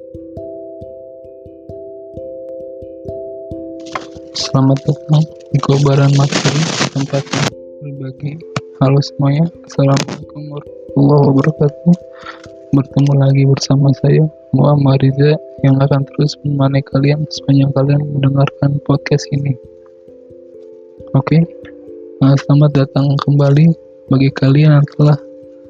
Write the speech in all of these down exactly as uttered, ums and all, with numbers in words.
Selamat datang di Kobaran Materi, tempat berbagi. Halo semuanya, Assalamualaikum warahmatullahi wabarakatuh. Bertemu lagi bersama saya, Muhammad Riza, yang akan terus menemani kalian sepanjang kalian mendengarkan podcast ini. Oke, nah, selamat datang kembali bagi kalian yang telah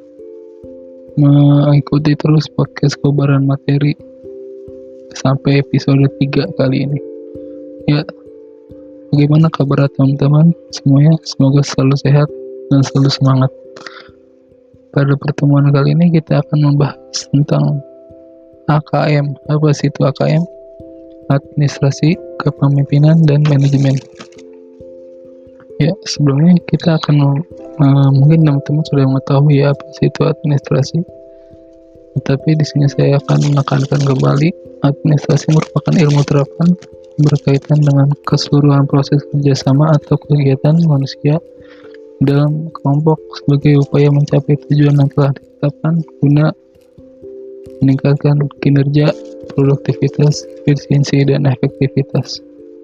mengikuti terus podcast Kobaran Materi sampai episode tiga kali ini. Ya, bagaimana kabar teman-teman semuanya? Semoga selalu sehat dan selalu semangat. Pada pertemuan kali ini kita akan membahas tentang A K M. Apa sih itu A K M? Administrasi, Kepemimpinan, dan Manajemen. Ya, sebelumnya kita akan uh, mungkin teman-teman sudah mengetahui ya apa sih itu administrasi. Tetapi di sini saya akan menekankan kembali, administrasi merupakan ilmu terapan berkaitan dengan keseluruhan proses kerjasama atau kegiatan manusia dalam kelompok sebagai upaya mencapai tujuan yang telah ditetapkan guna meningkatkan kinerja, produktivitas, efisiensi, dan efektivitas.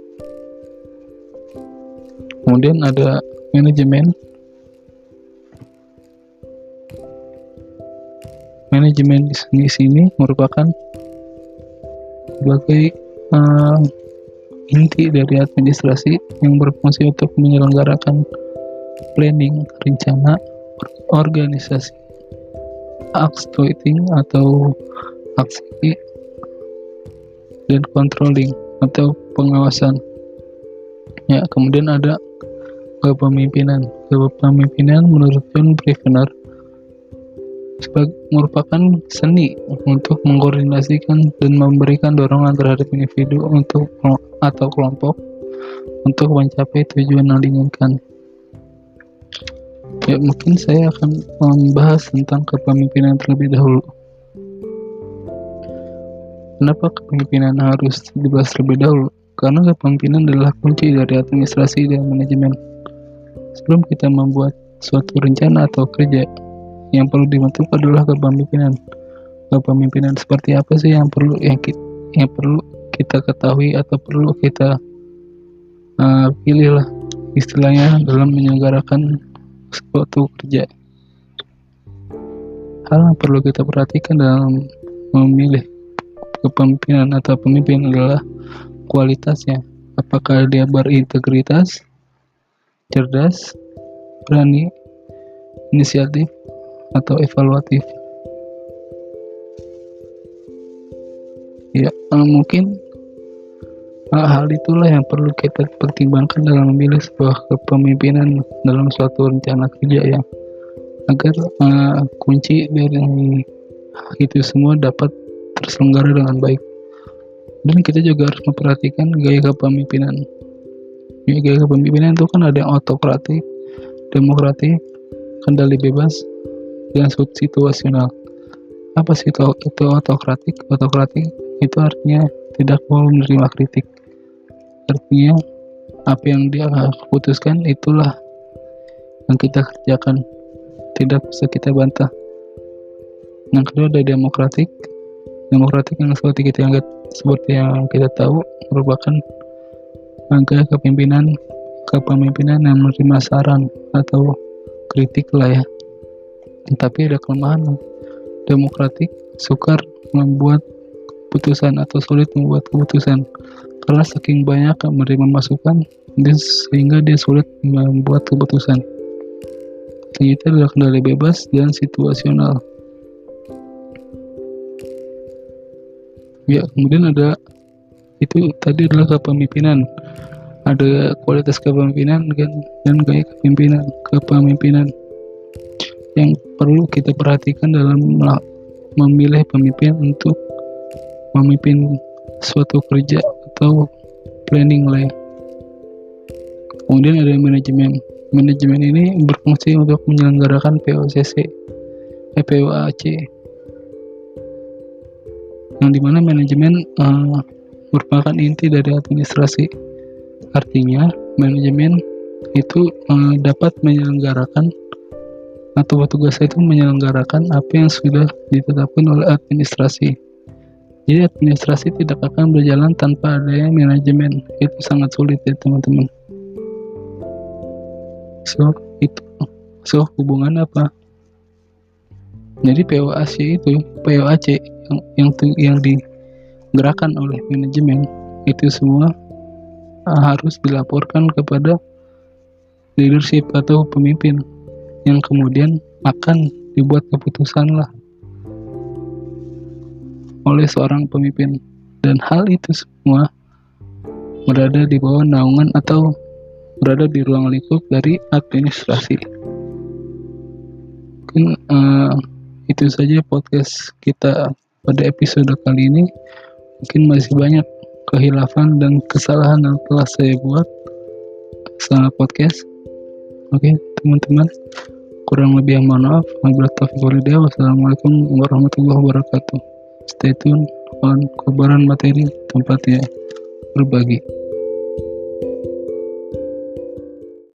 Kemudian ada manajemen. Manajemen di sini merupakan sebagai uh, inti dari administrasi yang berfungsi untuk menyelenggarakan planning, rencana, organisasi, exploiting atau aksi, dan controlling atau pengawasan. Ya, kemudian ada kepemimpinan. Kepemimpinan menurut John Brevner merupakan seni untuk mengkoordinasikan dan memberikan dorongan terhadap individu untuk atau kelompok untuk mencapai tujuan yang diinginkan. Ya, mungkin saya akan membahas tentang kepemimpinan terlebih dahulu. Kenapa kepemimpinan harus dibahas terlebih dahulu? Karena kepemimpinan adalah kunci dari administrasi dan manajemen. Sebelum kita membuat suatu rencana atau kerja, yang perlu dibentuk adalah kepemimpinan. Kepemimpinan seperti apa sih yang perlu yang kita, yang perlu kita ketahui atau perlu kita uh, pilih lah istilahnya dalam menyelenggarakan suatu kerja. Hal yang perlu kita perhatikan dalam memilih kepemimpinan atau pemimpin adalah kualitasnya. Apakah dia berintegritas, cerdas, berani, inisiatif, atau evaluatif. Ya, mungkin hal itulah yang perlu kita pertimbangkan dalam memilih sebuah kepemimpinan dalam suatu rencana kerja ya, agar uh, kunci dari itu semua dapat terselenggara dengan baik. Dan kita juga harus memperhatikan gaya kepemimpinan. Ya, gaya kepemimpinan itu kan ada yang autokratik, demokratik, kendali bebas, dan situasional. Apa sih itu, itu autokratik? Autokratik itu artinya tidak mau menerima kritik. Artinya apa yang dia putuskan itulah yang kita kerjakan, tidak bisa kita bantah. Yang kedua ada demokratik. Demokratik yang seperti kita lihat, seperti yang kita tahu merupakan gaya kepemimpinan kepemimpinan yang menerima saran atau kritik lah ya. Tapi ada kelemahan. Demokratik sukar membuat keputusan atau sulit membuat keputusan karena saking banyak menerima masukan dan sehingga dia sulit membuat keputusan. Selanjutnya adalah kendali bebas dan situasional. Ya, kemudian ada itu tadi adalah kepemimpinan. Ada kualitas kepemimpinan dan gaya kepemimpinan. Kepemimpinan yang perlu kita perhatikan dalam memilih pemimpin untuk memimpin suatu kerja atau planning lah ya. Kemudian ada manajemen. Manajemen ini berfungsi untuk menyelenggarakan P O C C, eh, P O A C, yang dimana manajemen uh, merupakan inti dari administrasi. Artinya manajemen itu uh, dapat menyelenggarakan atau tugasnya itu menyelenggarakan apa yang sudah ditetapkan oleh administrasi. Jadi administrasi tidak akan berjalan tanpa adanya manajemen. Itu sangat sulit ya teman-teman. So itu, so hubungan apa? Jadi P O A C itu, P O A C yang yang, yang digerakkan oleh manajemen itu semua uh, harus dilaporkan kepada leadership atau pemimpin, yang kemudian akan dibuat keputusan lah oleh seorang pemimpin, dan hal itu semua berada di bawah naungan atau berada di ruang lingkup dari administrasi. Mungkin uh, itu saja podcast kita pada episode kali ini. Mungkin masih banyak kehilafan dan kesalahan yang telah saya buat selama podcast. Oke teman-teman, kurang lebih yang mohon maaf. Wassalamualaikum warahmatullahi wabarakatuh. Stay tune on Kobaran Materi, tempatnya berbagi.